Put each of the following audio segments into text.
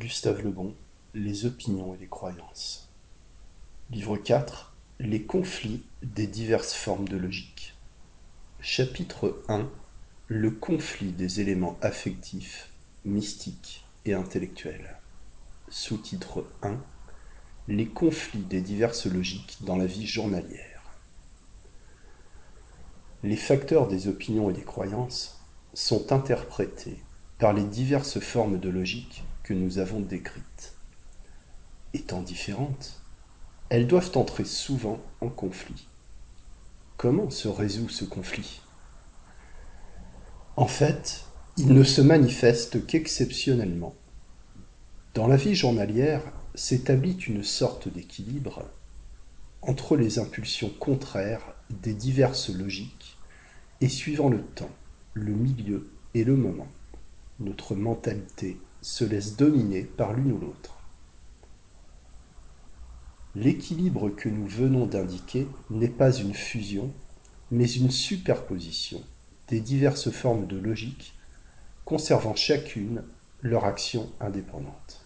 Gustave Le Bon, Les opinions et les croyances. Livre 4, Les conflits des diverses formes de logique. Chapitre 1, Le conflit des éléments affectifs, mystiques et intellectuels. Sous-titre 1, Les conflits des diverses logiques dans la vie journalière. Les facteurs des opinions et des croyances sont interprétés par les diverses formes de logique que nous avons décrites. Étant différentes, elles doivent entrer souvent en conflit. Comment se résout ce conflit? En fait, il ne se manifeste qu'exceptionnellement. Dans la vie journalière s'établit une sorte d'équilibre entre les impulsions contraires des diverses logiques et suivant le temps, le milieu et le moment. Notre mentalité se laisse dominer par l'une ou l'autre. L'équilibre que nous venons d'indiquer n'est pas une fusion, mais une superposition des diverses formes de logique, conservant chacune leur action indépendante.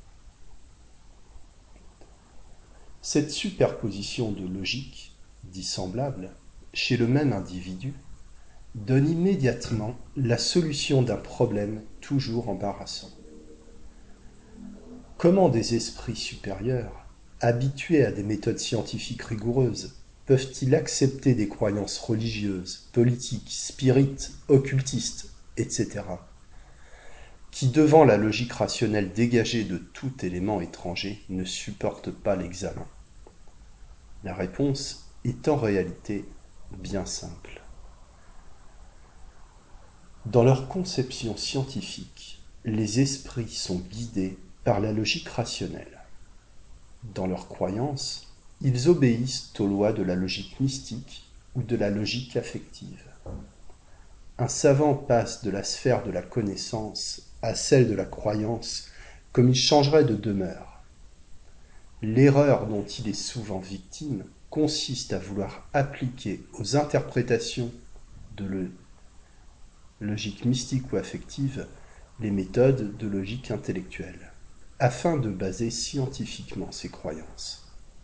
Cette superposition de logique, dissemblable, chez le même individu, donne immédiatement la solution d'un problème toujours embarrassant. Comment des esprits supérieurs, habitués à des méthodes scientifiques rigoureuses, peuvent-ils accepter des croyances religieuses, politiques, spirites, occultistes, etc., qui, devant la logique rationnelle dégagée de tout élément étranger, ne supportent pas l'examen? La réponse est en réalité bien simple. Dans leur conception scientifique, les esprits sont guidés par la logique rationnelle. Dans leurs croyances, ils obéissent aux lois de la logique mystique ou de la logique affective. Un savant passe de la sphère de la connaissance à celle de la croyance comme il changerait de demeure. L'erreur dont il est souvent victime consiste à vouloir appliquer aux interprétations de logique mystique ou affective les méthodes de logique intellectuelle, afin de baser scientifiquement ses croyances.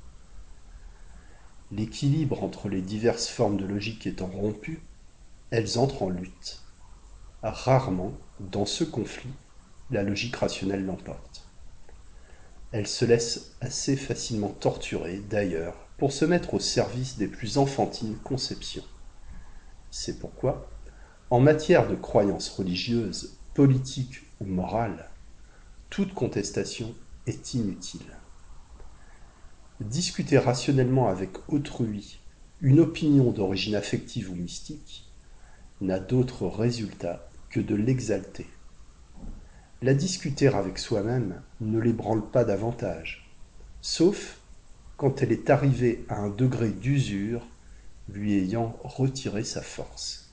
L'équilibre entre les diverses formes de logique étant rompu, elles entrent en lutte. Rarement, dans ce conflit, la logique rationnelle l'emporte. Elle se laisse assez facilement torturer, d'ailleurs, pour se mettre au service des plus enfantines conceptions. C'est pourquoi, en matière de croyances religieuses, politiques ou morales, toute contestation est inutile. Discuter rationnellement avec autrui une opinion d'origine affective ou mystique n'a d'autre résultat que de l'exalter. La discuter avec soi-même ne l'ébranle pas davantage, sauf quand elle est arrivée à un degré d'usure lui ayant retiré sa force.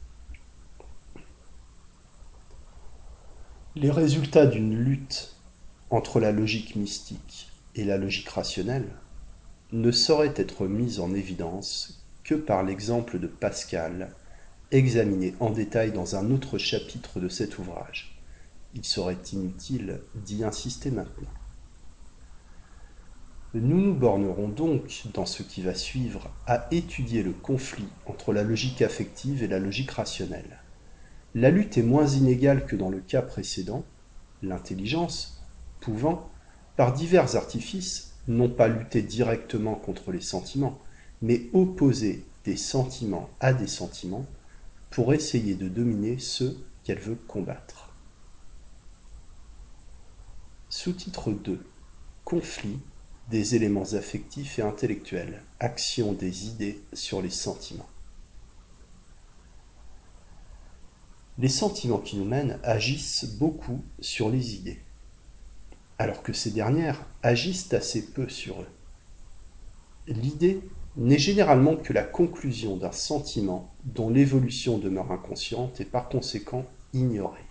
Les résultats d'une lutte entre la logique mystique et la logique rationnelle ne sauraient être mis en évidence que par l'exemple de Pascal, examiné en détail dans un autre chapitre de cet ouvrage. Il serait inutile d'y insister maintenant. Nous nous bornerons donc, dans ce qui va suivre, à étudier le conflit entre la logique affective et la logique rationnelle. La lutte est moins inégale que dans le cas précédent, l'intelligence pouvant, par divers artifices, non pas lutter directement contre les sentiments, mais opposer des sentiments à des sentiments pour essayer de dominer ceux qu'elle veut combattre. Sous-titre 2. Conflit des éléments affectifs et intellectuels. Action des idées sur les sentiments. Les sentiments qui nous mènent agissent beaucoup sur les idées, alors que ces dernières agissent assez peu sur eux. L'idée n'est généralement que la conclusion d'un sentiment dont l'évolution demeure inconsciente et par conséquent ignorée.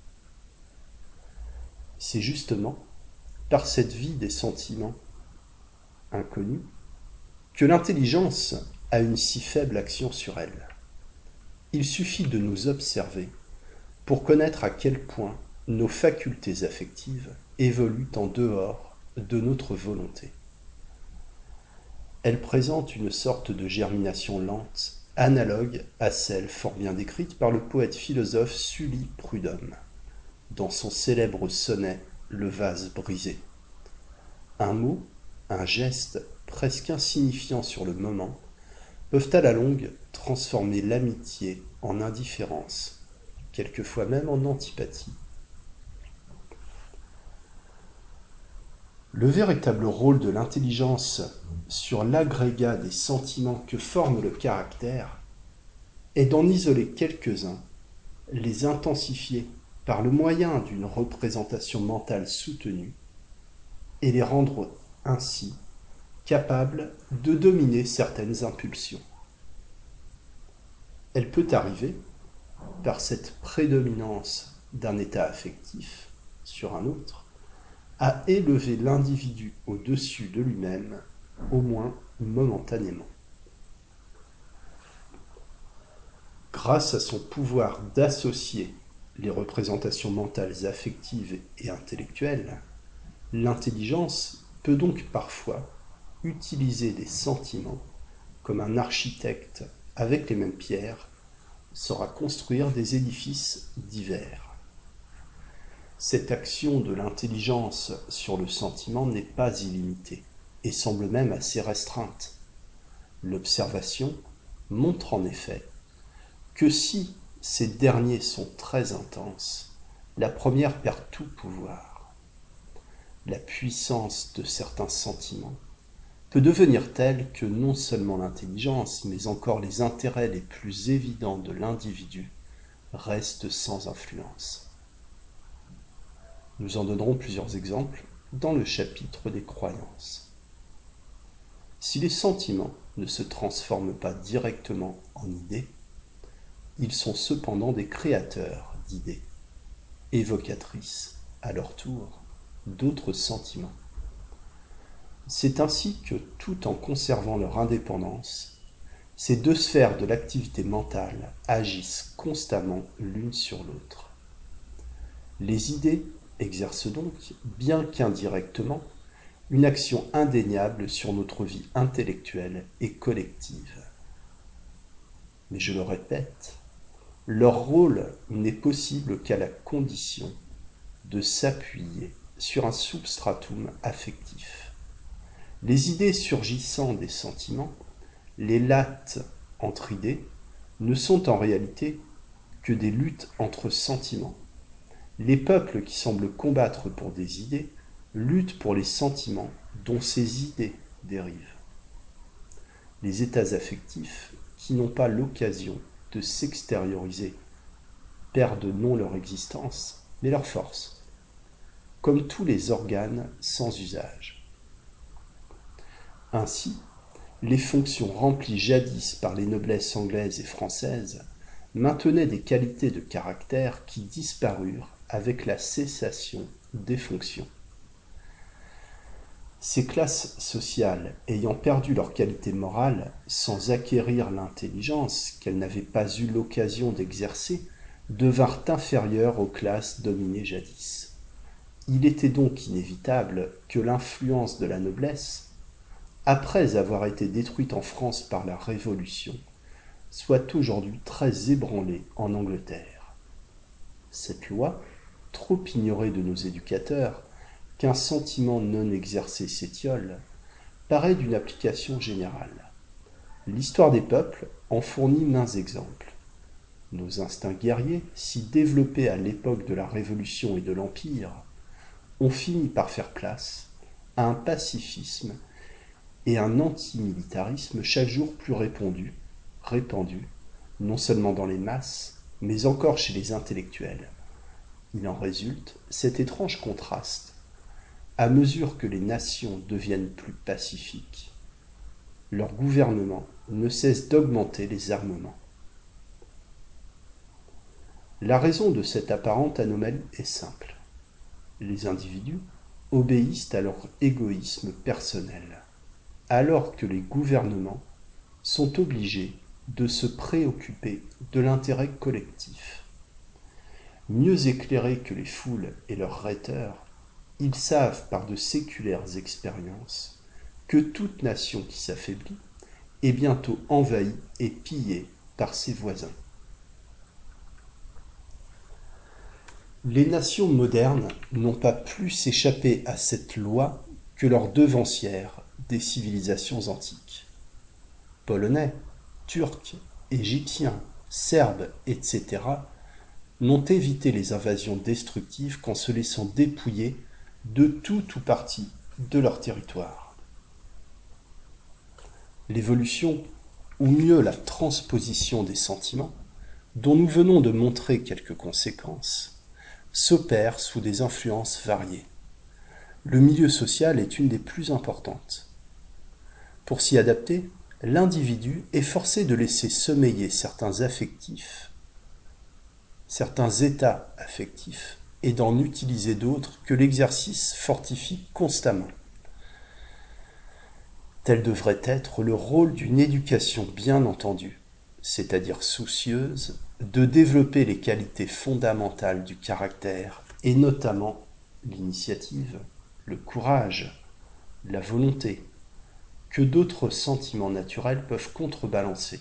C'est justement par cette vie des sentiments inconnus que l'intelligence a une si faible action sur elle. Il suffit de nous observer pour connaître à quel point nos facultés affectives évoluent en dehors de notre volonté. Elles présentent une sorte de germination lente, analogue à celle fort bien décrite par le poète-philosophe Sully Prudhomme, dans son célèbre sonnet « Le vase brisé ». Un mot, un geste, presque insignifiant sur le moment, peuvent à la longue transformer l'amitié en indifférence, quelquefois même en antipathie. Le véritable rôle de l'intelligence sur l'agrégat des sentiments que forme le caractère est d'en isoler quelques-uns, les intensifier par le moyen d'une représentation mentale soutenue et les rendre ainsi capables de dominer certaines impulsions. Elle peut arriver, par cette prédominance d'un état affectif sur un autre, à élever l'individu au-dessus de lui-même, au moins momentanément. Grâce à son pouvoir d'associer les représentations mentales affectives et intellectuelles, l'intelligence peut donc parfois utiliser des sentiments comme un architecte avec les mêmes pierres saura construire des édifices divers. Cette action de l'intelligence sur le sentiment n'est pas illimitée et semble même assez restreinte. L'observation montre en effet que si ces derniers sont très intenses, la première perd tout pouvoir. La puissance de certains sentiments peut devenir telle que non seulement l'intelligence, mais encore les intérêts les plus évidents de l'individu restent sans influence. Nous en donnerons plusieurs exemples dans le chapitre des croyances. Si les sentiments ne se transforment pas directement en idées, ils sont cependant des créateurs d'idées, évocatrices, à leur tour, d'autres sentiments. C'est ainsi que, tout en conservant leur indépendance, ces deux sphères de l'activité mentale agissent constamment l'une sur l'autre. Les idées exercent donc, bien qu'indirectement, une action indéniable sur notre vie intellectuelle et collective. Mais je le répète, leur rôle n'est possible qu'à la condition de s'appuyer sur un substratum affectif. Les idées surgissant des sentiments, les lattes entre idées, ne sont en réalité que des luttes entre sentiments. Les peuples qui semblent combattre pour des idées luttent pour les sentiments dont ces idées dérivent. Les états affectifs, qui n'ont pas l'occasion de s'extérioriser, perdent non leur existence, mais leur force, comme tous les organes sans usage. Ainsi, les fonctions remplies jadis par les noblesses anglaises et françaises maintenaient des qualités de caractère qui disparurent avec la cessation des fonctions. Ces classes sociales, ayant perdu leur qualité morale sans acquérir l'intelligence qu'elles n'avaient pas eu l'occasion d'exercer, devinrent inférieures aux classes dominées jadis. Il était donc inévitable que l'influence de la noblesse, après avoir été détruite en France par la Révolution, soit aujourd'hui très ébranlée en Angleterre. Cette loi, trop ignorée de nos éducateurs, qu'un sentiment non exercé s'étiole, paraît d'une application générale. L'histoire des peuples en fournit maints exemples. Nos instincts guerriers, si développés à l'époque de la Révolution et de l'Empire, ont fini par faire place à un pacifisme et un antimilitarisme chaque jour plus répandus, non seulement dans les masses, mais encore chez les intellectuels. Il en résulte cet étrange contraste. À mesure que les nations deviennent plus pacifiques, leur gouvernement ne cesse d'augmenter les armements. La raison de cette apparente anomalie est simple. Les individus obéissent à leur égoïsme personnel, alors que les gouvernements sont obligés de se préoccuper de l'intérêt collectif. Mieux éclairés que les foules et leurs rhéteurs, ils savent par de séculaires expériences que toute nation qui s'affaiblit est bientôt envahie et pillée par ses voisins. Les nations modernes n'ont pas plus échappé à cette loi que leurs devancières des civilisations antiques. Polonais, Turcs, Égyptiens, Serbes, etc. n'ont évité les invasions destructives qu'en se laissant dépouiller de tout ou partie de leur territoire. L'évolution, ou mieux la transposition des sentiments, dont nous venons de montrer quelques conséquences, s'opère sous des influences variées. Le milieu social est une des plus importantes. Pour s'y adapter, l'individu est forcé de laisser sommeiller certains états affectifs, et d'en utiliser d'autres que l'exercice fortifie constamment. Tel devrait être le rôle d'une éducation bien entendue, c'est-à-dire soucieuse de développer les qualités fondamentales du caractère, et notamment l'initiative, le courage, la volonté, que d'autres sentiments naturels peuvent contrebalancer.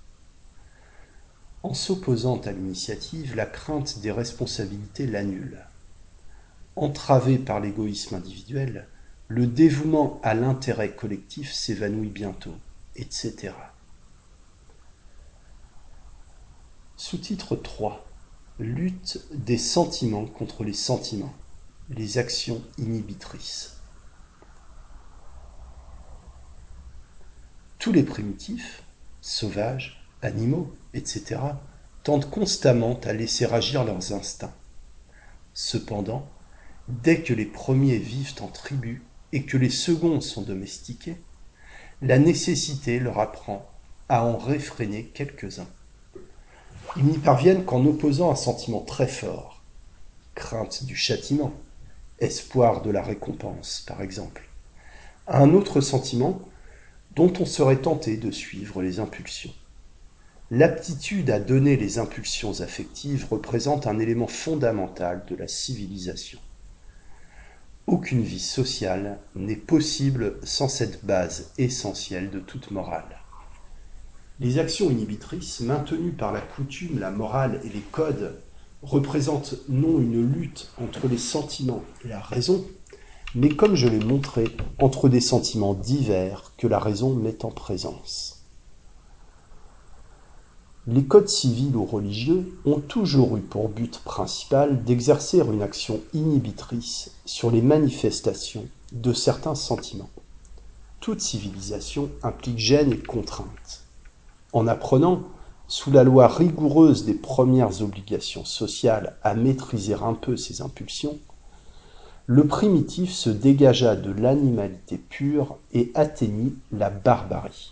En s'opposant à l'initiative, la crainte des responsabilités l'annule. Entravé par l'égoïsme individuel, le dévouement à l'intérêt collectif s'évanouit bientôt, etc. Sous-titre 3. Lutte des sentiments contre les sentiments. Les actions inhibitrices. Tous les primitifs, sauvages, animaux, etc., tendent constamment à laisser agir leurs instincts. Cependant, dès que les premiers vivent en tribu et que les seconds sont domestiqués, la nécessité leur apprend à en réfréner quelques-uns. Ils n'y parviennent qu'en opposant un sentiment très fort, crainte du châtiment, espoir de la récompense, par exemple, à un autre sentiment dont on serait tenté de suivre les impulsions. L'aptitude à donner les impulsions affectives représente un élément fondamental de la civilisation. Aucune vie sociale n'est possible sans cette base essentielle de toute morale. Les actions inhibitrices, maintenues par la coutume, la morale et les codes, représentent non une lutte entre les sentiments et la raison, mais comme je l'ai montré, entre des sentiments divers que la raison met en présence. Les codes civils ou religieux ont toujours eu pour but principal d'exercer une action inhibitrice sur les manifestations de certains sentiments. Toute civilisation implique gêne et contrainte. En apprenant, sous la loi rigoureuse des premières obligations sociales, à maîtriser un peu ses impulsions, le primitif se dégagea de l'animalité pure et atteignit la barbarie.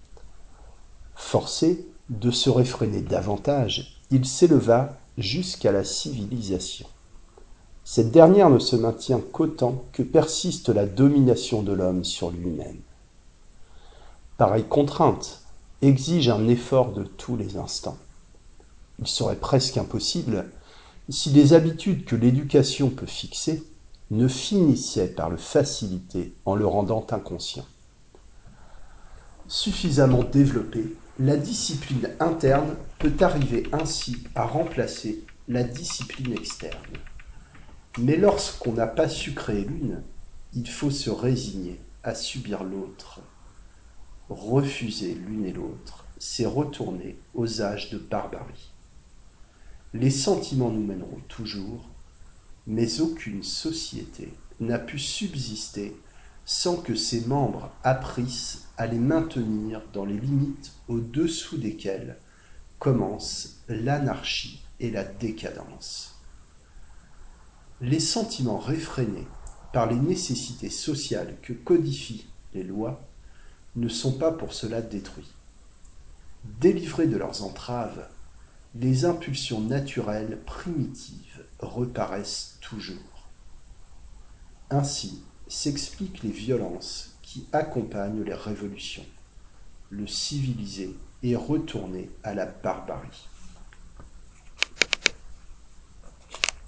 Forcé de se réfréner davantage, il s'éleva jusqu'à la civilisation. Cette dernière ne se maintient qu'autant que persiste la domination de l'homme sur lui-même. Pareille contrainte exige un effort de tous les instants. Il serait presque impossible si les habitudes que l'éducation peut fixer ne finissaient par le faciliter en le rendant inconscient. Suffisamment développée, la discipline interne peut arriver ainsi à remplacer la discipline externe. Mais lorsqu'on n'a pas su créer l'une, il faut se résigner à subir l'autre. Refuser l'une et l'autre, c'est retourner aux âges de barbarie. Les sentiments nous mèneront toujours, mais aucune société n'a pu subsister sans que ses membres apprissent à les maintenir dans les limites au-dessous desquelles commencent l'anarchie et la décadence. Les sentiments réfrénés par les nécessités sociales que codifient les lois ne sont pas pour cela détruits. Délivrés de leurs entraves, les impulsions naturelles primitives reparaissent toujours. Ainsi s'expliquent les violences qui accompagnent les révolutions. Le civilisé est retourné à la barbarie.